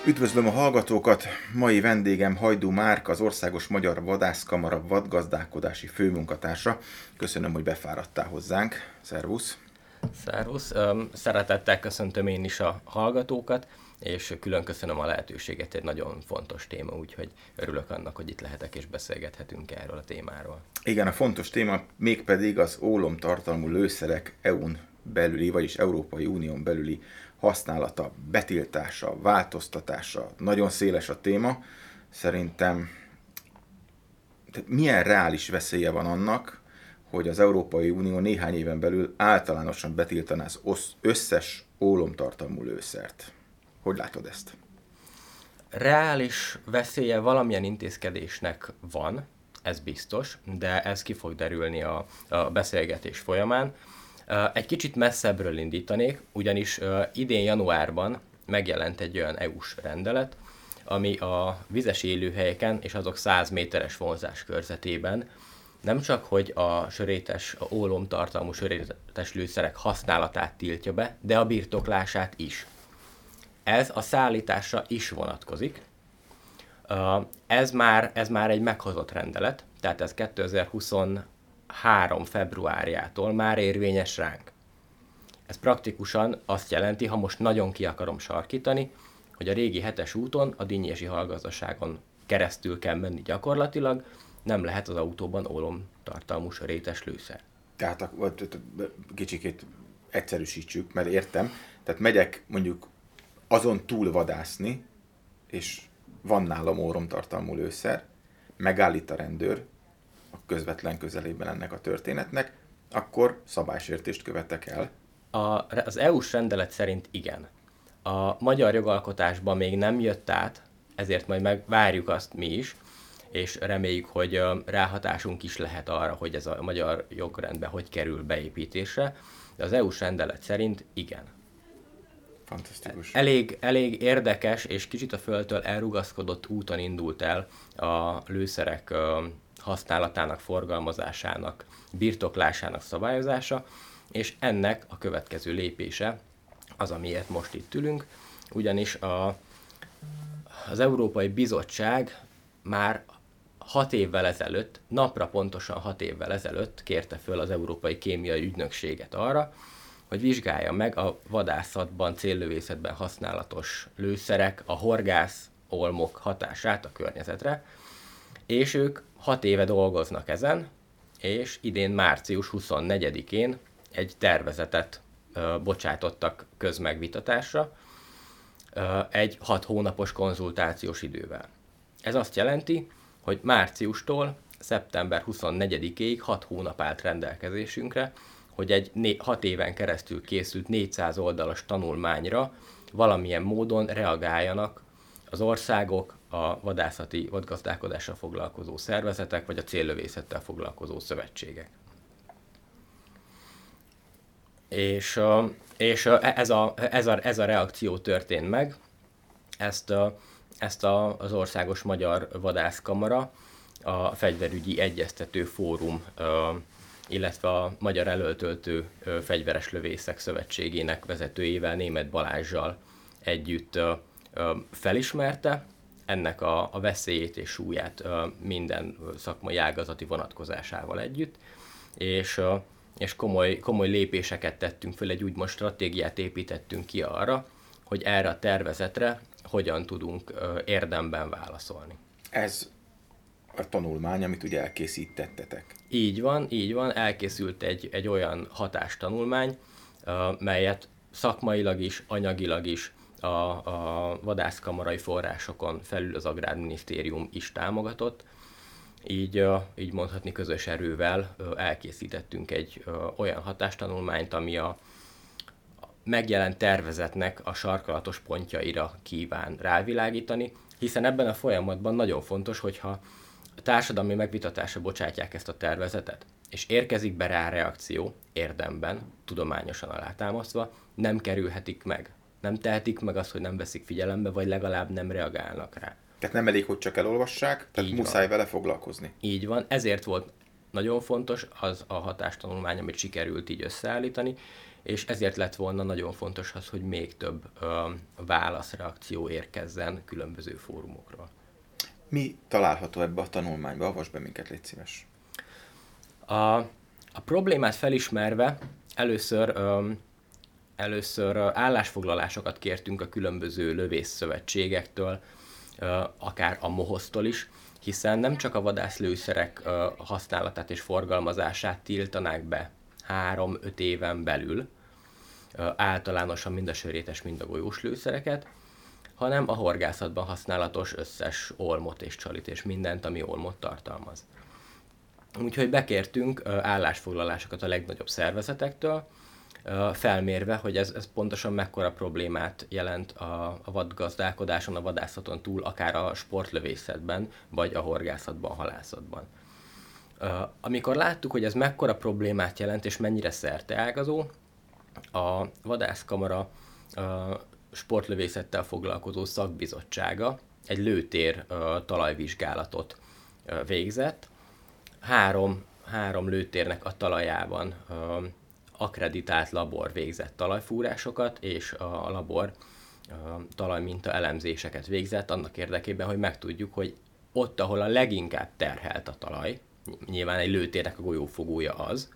Üdvözlöm a hallgatókat! Mai vendégem Hajdú Márk, az Országos Magyar Vadászkamara vadgazdálkodási főmunkatársa. Köszönöm, hogy befáradtál hozzánk. Szervusz! Szervusz! Szeretettel köszöntöm én is a hallgatókat, és külön köszönöm a lehetőséget, egy nagyon fontos téma, úgyhogy örülök annak, hogy itt lehetek és beszélgethetünk erről a témáról. Igen, a fontos téma mégpedig az ólomtartalmú lőszerek EU-n belüli, vagyis Európai Unión belüli használata, betiltása, változtatása. Nagyon széles a téma. Szerintem milyen reális veszélye van annak, hogy az Európai Unió néhány éven belül általánosan betiltaná az összes ólomtartalmú lőszert? Hogy látod ezt? Reális veszélye valamilyen intézkedésnek van, ez biztos, de ez ki fog derülni a beszélgetés folyamán. Egy kicsit messzebbről indítanék, ugyanis idén januárban megjelent egy olyan EU-s rendelet, ami a vizes élőhelyeken és azok 100 méteres vonzás körzetében nem csak, hogy a ólomtartalmú sörétes lőszerek használatát tiltja be, de a birtoklását is. Ez a szállításra is vonatkozik. Ez már egy meghozott rendelet, tehát ez 2023. februárjától már érvényes ránk. Ez praktikusan azt jelenti, ha most nagyon ki akarom sarkítani, hogy a régi 7-es úton, a Dinnyési Hallgazdaságon keresztül kell menni gyakorlatilag, nem lehet az autóban ólomtartalmú sörétes lőszer. Tehát kicsikét egyszerűsítsük, mert értem. Tehát megyek mondjuk azon túl vadászni, és van nálam óromtartalmú lőszer, megállít a rendőr a közvetlen közelében ennek a történetnek, akkor szabálysértést követek el. Az EU-s rendelet szerint igen. A magyar jogalkotásban még nem jött át, ezért majd megvárjuk azt mi is, és reméljük, hogy ráhatásunk is lehet arra, hogy ez a magyar jogrendbe hogy kerül beépítésre, de az EU-s rendelet szerint igen. Fantasztikus. Elég érdekes és kicsit a földtől elrugaszkodott úton indult el a lőszerek használatának, forgalmazásának, birtoklásának szabályozása, és ennek a következő lépése az, amiért most itt ülünk, ugyanis az Európai Bizottság már 6 évvel ezelőtt, napra pontosan 6 évvel ezelőtt kérte föl az Európai Kémiai Ügynökséget arra, hogy vizsgálja meg a vadászatban, céllövészetben használatos lőszerek, a horgászolmok hatását a környezetre, és ők 6 éve dolgoznak ezen, és idén március 24-én egy tervezetet bocsátottak közmegvitatásra egy 6 hónapos konzultációs idővel. Ez azt jelenti, hogy márciustól szeptember 24-ig 6 hónap állt rendelkezésünkre, hogy egy 6 éven keresztül készült 400 oldalas tanulmányra valamilyen módon reagáljanak az országok, a vadgazdálkodással foglalkozó szervezetek, vagy a céllövészettel foglalkozó szövetségek. És ez a reakció történt meg, ezt az Országos Magyar Vadászkamara, a Fegyverügyi Egyeztető Fórum, illetve a Magyar Elöltöltő Fegyveres Lövészek Szövetségének vezetőjével, Németh Balázssal együtt felismerte, ennek a veszélyét és súlyát minden szakmai ágazati vonatkozásával együtt, és komoly lépéseket tettünk föl, egy úgymond stratégiát építettünk ki arra, hogy erre a tervezetre hogyan tudunk érdemben válaszolni. Ez a tanulmány, amit ugye elkészítettetek. Így van, elkészült egy olyan hatástanulmány, melyet szakmailag is, anyagilag is a vadászkamarai forrásokon felül az Agrárminisztérium is támogatott. Így mondhatni közös erővel elkészítettünk egy olyan hatástanulmányt, ami a megjelent tervezetnek a sarkalatos pontjaira kíván rávilágítani, hiszen ebben a folyamatban nagyon fontos, hogyha a társadalmi megvitatásra bocsátják ezt a tervezetet, és érkezik be rá reakció érdemben, tudományosan alátámasztva, nem kerülhetik meg. Nem tehetik meg azt, hogy nem veszik figyelembe, vagy legalább nem reagálnak rá. Tehát nem elég, hogy csak elolvassák, tehát Így muszáj van. vele foglalkozni. Így van, ezért volt nagyon fontos, az a hatástanulmány, amit sikerült így összeállítani, és ezért lett volna nagyon fontos az, hogy még több válaszreakció érkezzen különböző fórumokról. Mi található ebbe a tanulmányba? Avasd be minket, légy szíves. A problémát felismerve először állásfoglalásokat kértünk a különböző lövészszövetségektől, akár a MOHOZ-tól is, hiszen nem csak a vadászlőszerek használatát és forgalmazását tiltanák be 3-5 éven belül, általánosan mind a sörétes, mind a golyós lőszereket, hanem a horgászatban használatos összes olmot és csalit és mindent, ami olmot tartalmaz. Úgyhogy bekértünk állásfoglalásokat a legnagyobb szervezetektől, felmérve, hogy ez pontosan mekkora problémát jelent a vadgazdálkodáson, a vadászaton túl, akár a sportlövészetben, vagy a horgászatban, halászatban. Amikor láttuk, hogy ez mekkora problémát jelent, és mennyire szerteágazó, a vadászkamara sportlövészettel foglalkozó szakbizottsága egy lőtér talajvizsgálatot végzett. Három lőtérnek a talajában akkreditált labor végzett talajfúrásokat, és a labor talajminta elemzéseket végzett annak érdekében, hogy megtudjuk, hogy ott, ahol a leginkább terhelt a talaj, nyilván egy lőtérnek a golyófogója az,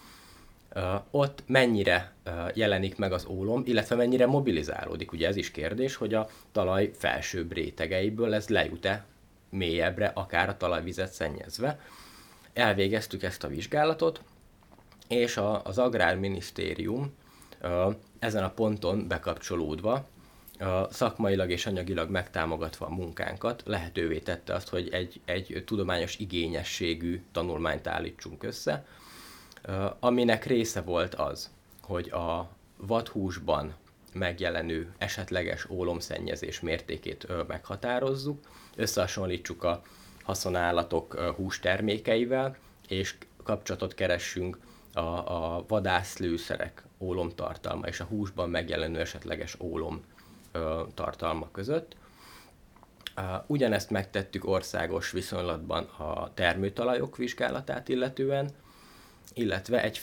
ott mennyire jelenik meg az ólom, illetve mennyire mobilizálódik. Ugye ez is kérdés, hogy a talaj felsőbb rétegeiből ez lejut-e mélyebbre, akár a talajvizet szennyezve. Elvégeztük ezt a vizsgálatot, és az Agrárminisztérium ezen a ponton bekapcsolódva, szakmailag és anyagilag megtámogatva a munkánkat, lehetővé tette azt, hogy egy tudományos igényességű tanulmányt állítsunk össze, aminek része volt az, hogy a vadhúsban megjelenő esetleges ólomszennyezés mértékét meghatározzuk, összehasonlítsuk a haszonállatok hústermékeivel, és kapcsolatot keressünk a vadászlőszerek ólomtartalma és a húsban megjelenő esetleges ólom tartalma között. Ugyanezt megtettük országos viszonylatban a termőtalajok vizsgálatát illetően, illetve egy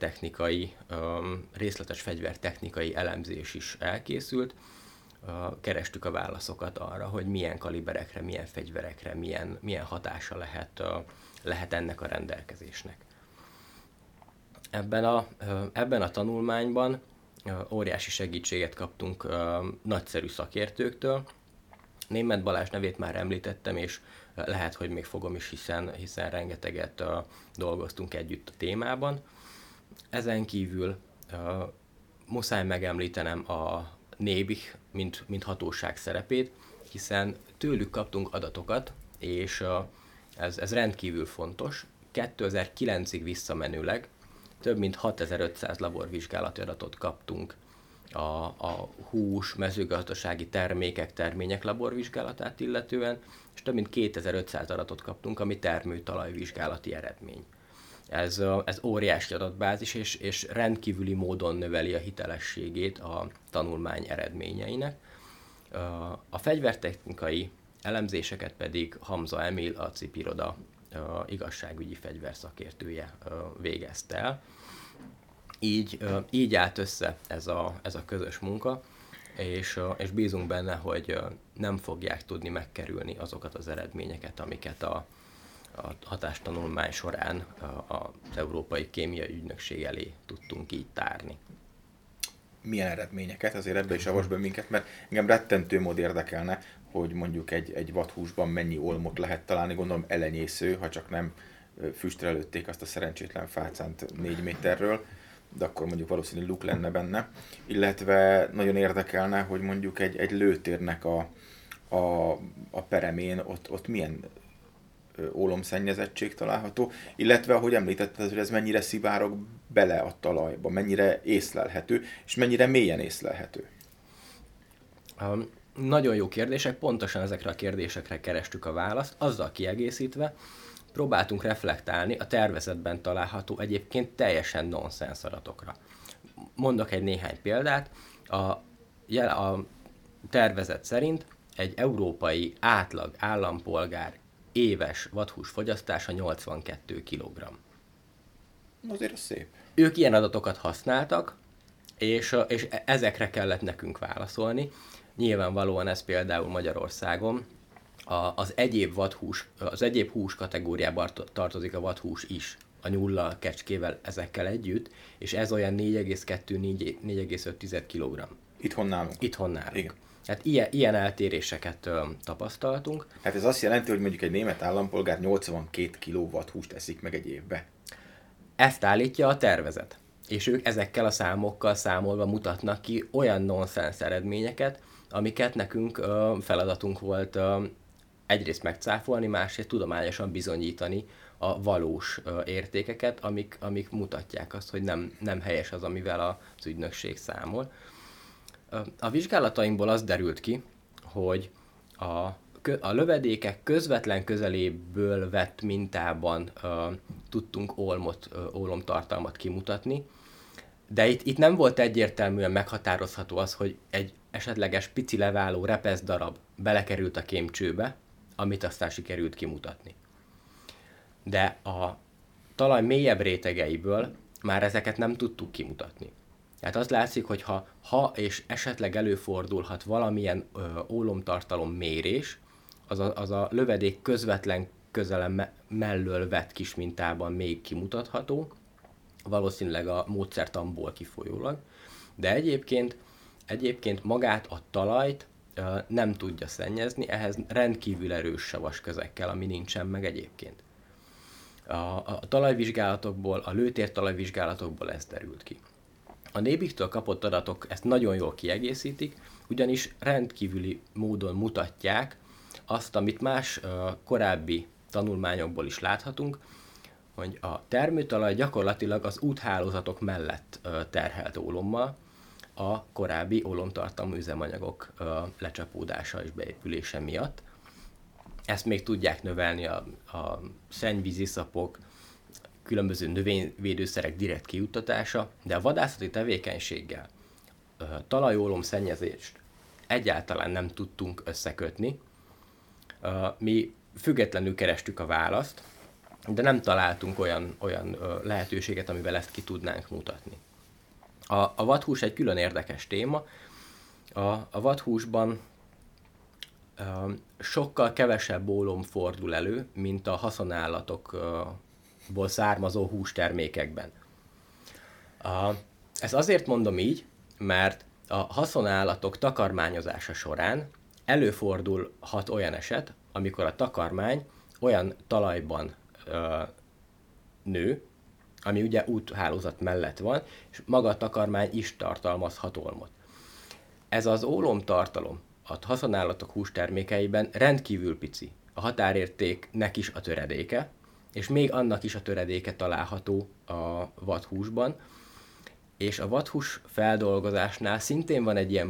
részletes fegyvertechnikai elemzés is elkészült. Kerestük a válaszokat arra, hogy milyen kaliberekre, milyen fegyverekre, milyen hatása lehet ennek a rendelkezésnek. Ebben a tanulmányban óriási segítséget kaptunk nagyszerű szakértőktől. Németh Balázs nevét már említettem, és lehet, hogy még fogom is, hiszen rengeteget dolgoztunk együtt a témában. Ezen kívül muszáj megemlítenem a NÉBIH, mint hatóság szerepét, hiszen tőlük kaptunk adatokat, és ez rendkívül fontos. 2009-ig visszamenőleg több mint 6500 laborvizsgálati adatot kaptunk a hús, mezőgazdasági termékek, termények laborvizsgálatát illetően, és több mint 2500 adatot kaptunk, ami termőtalajvizsgálati eredmény. Ez óriási adatbázis, és rendkívüli módon növeli a hitelességét a tanulmány eredményeinek. A fegyvertechnikai elemzéseket pedig Hamza Emil, a CIP iroda igazságügyi fegyverszakértője végezte el. Így állt össze ez a közös munka, és bízunk benne, hogy nem fogják tudni megkerülni azokat az eredményeket, amiket a hatástanulmány során az Európai Kémiai Ügynökség elé tudtunk így tárni. Milyen eredményeket? Azért ebbe is avasd be minket, mert engem rettentő mód érdekelne, hogy mondjuk egy vadhúsban mennyi olmot lehet találni, gondolom elenyésző, ha csak nem füstre lőtték azt a szerencsétlen fácánt 4 méterről, de akkor mondjuk valószínű luk lenne benne. Illetve nagyon érdekelne, hogy mondjuk egy lőtérnek a peremén ott milyen ólomszennyezettség található, illetve ahogy említetted, hogy ez mennyire szivárog bele a talajba, mennyire észlelhető, és mennyire mélyen észlelhető. Nagyon jó kérdések, pontosan ezekre a kérdésekre kerestük a választ, azzal kiegészítve próbáltunk reflektálni a tervezetben található egyébként teljesen nonsens adatokra. Mondok egy néhány példát. A tervezet szerint egy európai átlag állampolgár éves vadhús fogyasztása 82 kg. Azért az szép. Ők ilyen adatokat használtak, és ezekre kellett nekünk válaszolni. Nyilvánvalóan ez például Magyarországon az egyéb hús kategóriában tartozik a vadhús is, a nyullal, kecskével, ezekkel együtt, és ez olyan 4,2-4,5 kg. Itthon nálunk. Itthon nálunk. Igen. Hát ilyen eltéréseket tapasztaltunk. Hát ez azt jelenti, hogy mondjuk egy német állampolgár 82 kg vadhúst eszik meg egy évbe. Ezt állítja a tervezet. És ők ezekkel a számokkal számolva mutatnak ki olyan nonsens eredményeket, amiket nekünk feladatunk volt egyrészt megcáfolni, másrészt tudományosan bizonyítani a valós értékeket, amik mutatják azt, hogy nem helyes az, amivel az ügynökség számol. A vizsgálatainkból az derült ki, hogy a lövedékek közvetlen közeléből vett mintában tudtunk ólomtartalmat kimutatni, de itt nem volt egyértelműen meghatározható az, hogy egy esetleges pici leváló repesz darab belekerült a kémcsőbe, amit aztán sikerült kimutatni. De a talaj mélyebb rétegeiből már ezeket nem tudtuk kimutatni. Tehát az látszik, hogy ha és esetleg előfordulhat valamilyen ólomtartalom mérés, az a lövedék közvetlen közele mellől vett kis mintában még kimutatható, valószínűleg a módszertanból kifolyólag, de egyébként magát a talajt nem tudja szennyezni, ehhez rendkívül erős savas közekkel, ami nincsen meg egyébként. A talajvizsgálatokból, a lőtér talajvizsgálatokból ez derült ki. A Nébiktől kapott adatok ezt nagyon jól kiegészítik, ugyanis rendkívüli módon mutatják azt, amit más korábbi tanulmányokból is láthatunk, hogy a termőtalaj gyakorlatilag az úthálózatok mellett terhelt ólommal, a korábbi ólomtartalmú üzemanyagok lecsapódása és beépülése miatt. Ezt még tudják növelni a szennyvíziszapok, különböző növényvédőszerek direkt kijuttatása, de a vadászati tevékenységgel talajólom szennyezést egyáltalán nem tudtunk összekötni. Mi függetlenül kerestük a választ, de nem találtunk olyan lehetőséget, amivel ezt ki tudnánk mutatni. A vadhús egy külön érdekes téma. A vadhúsban sokkal kevesebb ólom fordul elő, mint a haszonállatokból származó hústermékekben. Ezt azért mondom így, mert a haszonállatok takarmányozása során előfordulhat olyan eset, amikor a takarmány olyan talajban nő, ami ugye úthálózat mellett van, és maga a takarmány is tartalmazhat ólmot. Ez az ólomtartalom a haszonállatok hústermékeiben rendkívül pici. A határértéknek is a töredéke, és még annak is a töredéke található a vadhúsban, és a vadhús feldolgozásnál szintén van egy ilyen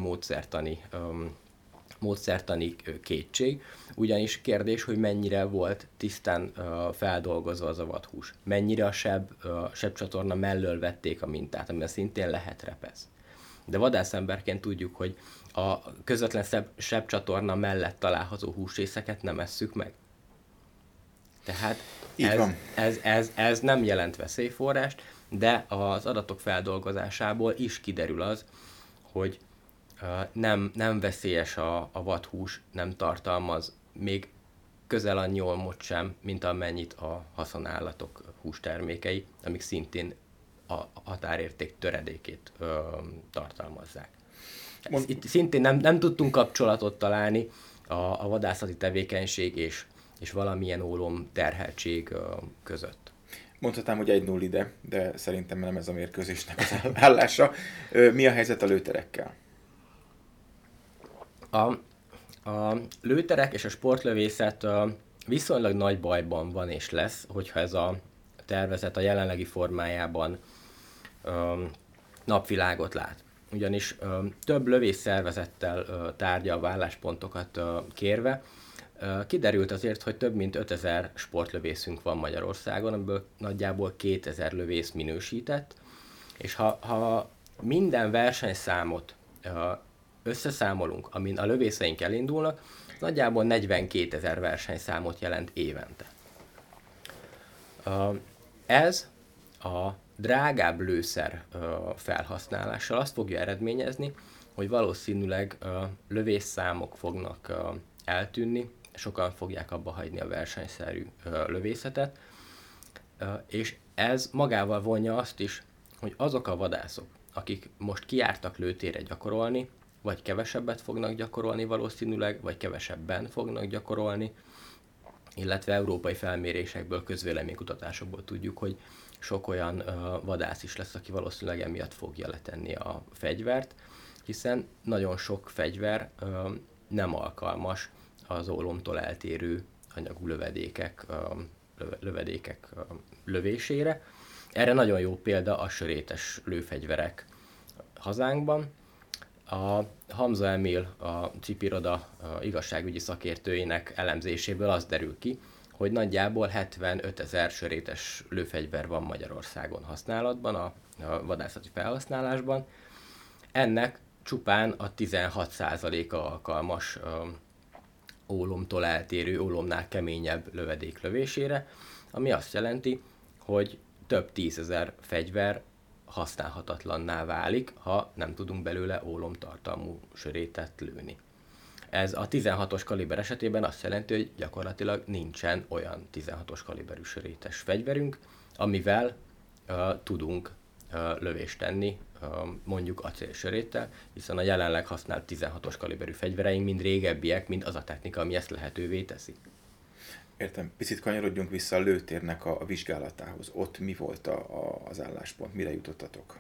módszertani kétség, ugyanis kérdés, hogy mennyire volt tisztán feldolgozva az a vadhús. Mennyire a sebcsatorna mellől vették a mintát, amiben szintén lehet repesz. De vadászemberként tudjuk, hogy a közvetlen sebcsatorna mellett található húsrészeket nem esszük meg. Tehát ez nem jelent veszélyforrást, de az adatok feldolgozásából is kiderül az, hogy nem veszélyes a vadhús, nem tartalmaz még közel annyi olmot sem, mint amennyit a haszonállatok hústermékei, amik szintén a határérték töredékét tartalmazzák. Itt szintén nem tudtunk kapcsolatot találni a vadászati tevékenység és valamilyen ólom terheltség között. Mondhatnám, hogy 1-0 ide, de szerintem nem ez a mérkőzésnek az állása. Mi a helyzet a lőterekkel? A lőterek és a sportlövészet viszonylag nagy bajban van és lesz, hogyha ez a tervezet a jelenlegi formájában napvilágot lát. Ugyanis több lövészszervezettel tárgyal álláspontokat kérve, kiderült azért, hogy több mint 5000 sportlövészünk van Magyarországon, amiből nagyjából 2000 lövész minősített, és ha minden versenyszámot összeszámolunk, amin a lövészeink elindulnak, nagyjából 42 000 versenyszámot jelent évente. Ez A drágább lőszer felhasználással azt fogja eredményezni, hogy valószínűleg lövésszámok fognak eltűnni, sokan fogják abba hagyni a versenyszerű lövészetet, és ez magával vonja azt is, hogy azok a vadászok, akik most kijártak lőtérre gyakorolni, vagy kevesebbet fognak gyakorolni valószínűleg, vagy kevesebben fognak gyakorolni, illetve európai felmérésekből, közvéleménykutatásokból tudjuk, hogy sok olyan vadász is lesz, aki valószínűleg emiatt fogja letenni a fegyvert, hiszen nagyon sok fegyver nem alkalmas az ólomtól eltérő anyagú lövedékek lövésére. Erre nagyon jó példa a sörétes lőfegyverek hazánkban. A Hamza Emil, a CIP iroda igazságügyi szakértőinek elemzéséből az derül ki, hogy nagyjából 75 000 sörétes lőfegyver van Magyarországon használatban, a vadászati felhasználásban. Ennek csupán a 16%-a alkalmas ólomtól eltérő, ólomnál keményebb lövedék lövésére, ami azt jelenti, hogy több 10 000 fegyver használhatatlanná válik, ha nem tudunk belőle ólomtartalmú sörétet lőni. Ez a 16-os kaliber esetében azt jelenti, hogy gyakorlatilag nincsen olyan 16-os kaliberű sörétes fegyverünk, amivel tudunk lövést tenni, mondjuk acélsöréttel, hiszen a jelenleg használt 16-os kaliberű fegyvereink mind régebbiek, mint az a technika, ami ezt lehetővé teszi. Értem. Picit kanyarodjunk vissza a lőtérnek a vizsgálatához. Ott mi volt az álláspont? Mire jutottatok?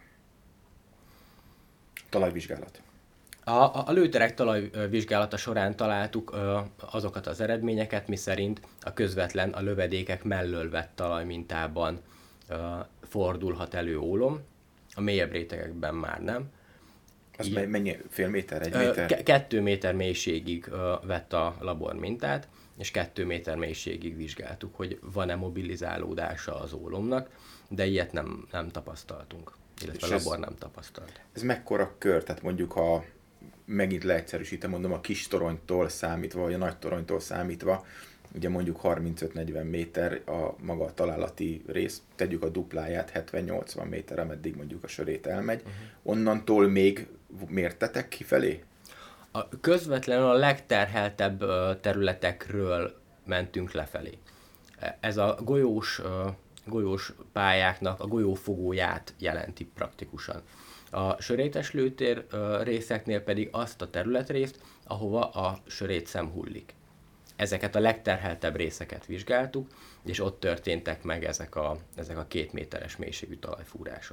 Talajvizsgálat. A lőterek talajvizsgálata során találtuk azokat az eredményeket, miszerint a közvetlen a lövedékek mellől vett talajmintában fordulhat elő ólom, a mélyebb rétegekben már nem. Az mennyi? Fél méter? Egy méter? 2 méter mélységig vett a labor mintát, és 2 méter mélységig vizsgáltuk, hogy van-e mobilizálódása az ólomnak, de ilyet nem tapasztaltunk, illetve a labor nem tapasztalt. Ez mekkora kör? Tehát mondjuk, ha megint leegyszerűsítem, mondom, a kis toronytól számítva, vagy a nagy toronytól számítva, ugye mondjuk 35-40 méter a maga a találati rész, tegyük a dupláját, 70-80 méter, ameddig mondjuk a sörét elmegy. Onnantól még mértetek kifelé? Közvetlenül a legterheltebb területekről mentünk lefelé. Ez a golyós pályáknak a golyófogóját jelenti praktikusan. A sörétes lőtér részeknél pedig azt a területrészt, ahova a sörétszem hullik. Ezeket a legterheltebb részeket vizsgáltuk, és ott történtek meg ezek a 2 méteres mélységű talajfúrások.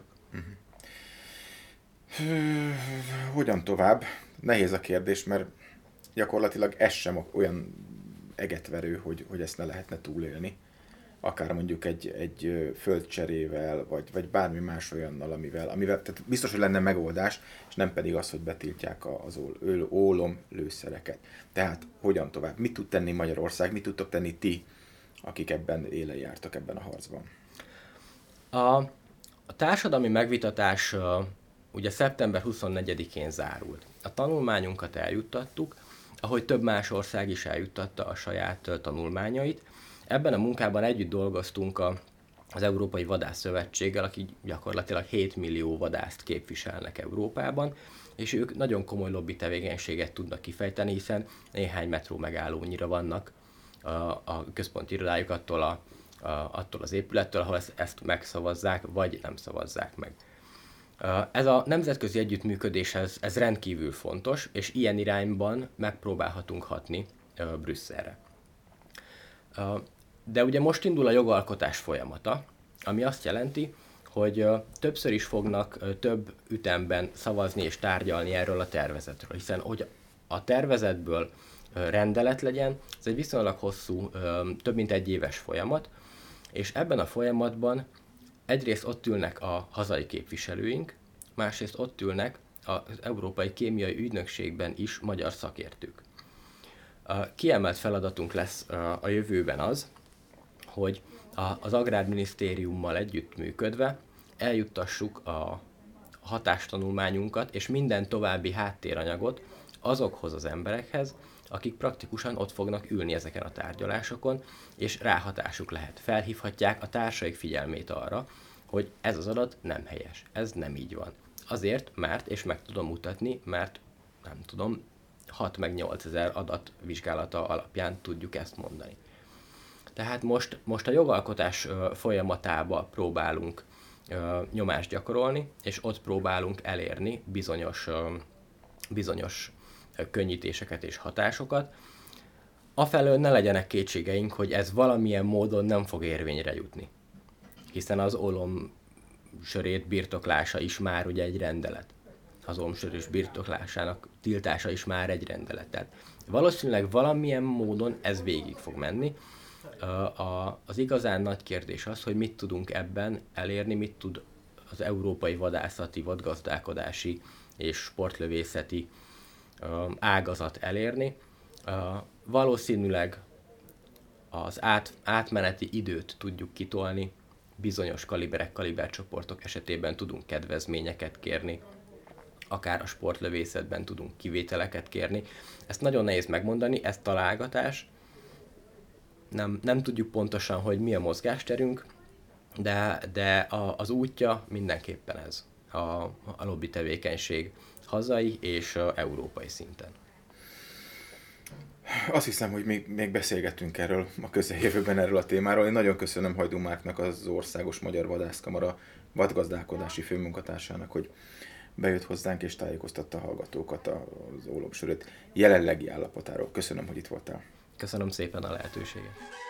Hogyan tovább? Nehéz a kérdés, mert gyakorlatilag ez sem olyan egetverő, hogy ezt ne lehetne túlélni. Akár mondjuk egy földcserével, vagy bármi más olyannal, amivel tehát biztos, hogy lenne megoldás, és nem pedig az, hogy betiltják az ólom lőszereket. Tehát hogyan tovább? Mit tud tenni Magyarország? Mit tudtok tenni ti, akik ebben élen jártak ebben a harcban? A társadalmi megvitatás ugye szeptember 24-én zárult. A tanulmányunkat eljuttattuk, ahogy több más ország is eljuttatta a saját tanulmányait. Ebben a munkában együtt dolgoztunk az Európai Vadászszövetséggel, akik gyakorlatilag 7 millió vadászt képviselnek Európában, és ők nagyon komoly lobby tevékenységet tudnak kifejteni, hiszen néhány metró megállónyira vannak a központi irodájuk attól az épülettől, ahol ezt megszavazzák, vagy nem szavazzák meg. Ez a nemzetközi együttműködés ez rendkívül fontos, és ilyen irányban megpróbálhatunk hatni Brüsszelre. De ugye most indul a jogalkotás folyamata, ami azt jelenti, hogy többször is fognak több ütemben szavazni és tárgyalni erről a tervezetről, hiszen hogy a tervezetből rendelet legyen, ez egy viszonylag hosszú, több mint 1 éves folyamat, és ebben a folyamatban egyrészt ott ülnek a hazai képviselőink, másrészt ott ülnek az Európai Kémiai Ügynökségben is magyar szakértők. Kiemelt feladatunk lesz a jövőben az, hogy az Agrárminisztériummal együttműködve eljuttassuk a hatástanulmányunkat és minden további háttéranyagot azokhoz az emberekhez, akik praktikusan ott fognak ülni ezeken a tárgyalásokon, és ráhatásuk lehet. Felhívhatják a társaik figyelmét arra, hogy ez az adat nem helyes, ez nem így van. Azért, mert, és meg tudom mutatni, mert nem tudom, 6 meg 8 ezer adat vizsgálata alapján tudjuk ezt mondani. Tehát most a jogalkotás folyamatába próbálunk nyomást gyakorolni, és ott próbálunk elérni bizonyos könnyítéseket és hatásokat. Afelől ne legyenek kétségeink, hogy ez valamilyen módon nem fog érvényre jutni. Hiszen az ólomsörét birtoklása is már ugye egy rendelet. Az ólomsörös birtoklásának tiltása is már egy rendelet. Tehát valószínűleg valamilyen módon ez végig fog menni. Az igazán nagy kérdés az, hogy mit tudunk ebben elérni, mit tud az európai vadászati, vadgazdálkodási és sportlövészeti ágazat elérni. Valószínűleg az átmeneti időt tudjuk kitolni, bizonyos kalibercsoportok esetében tudunk kedvezményeket kérni, akár a sportlövészetben tudunk kivételeket kérni. Ezt nagyon nehéz megmondani, ez találgatás. Nem tudjuk pontosan, hogy mi a mozgásterünk, de az útja mindenképpen ez, a lobby tevékenység hazai és európai szinten. Azt hiszem, hogy még beszélgetünk erről a közeljövőben erről a témáról. Én nagyon köszönöm Hajdú Márknak, az Országos Magyar Vadászkamara vadgazdálkodási főmunkatársának, hogy bejött hozzánk és tájékoztatta a hallgatókat az ólomsörét jelenlegi állapotáról. Köszönöm, hogy itt voltál. Köszönöm szépen a lehetőséget.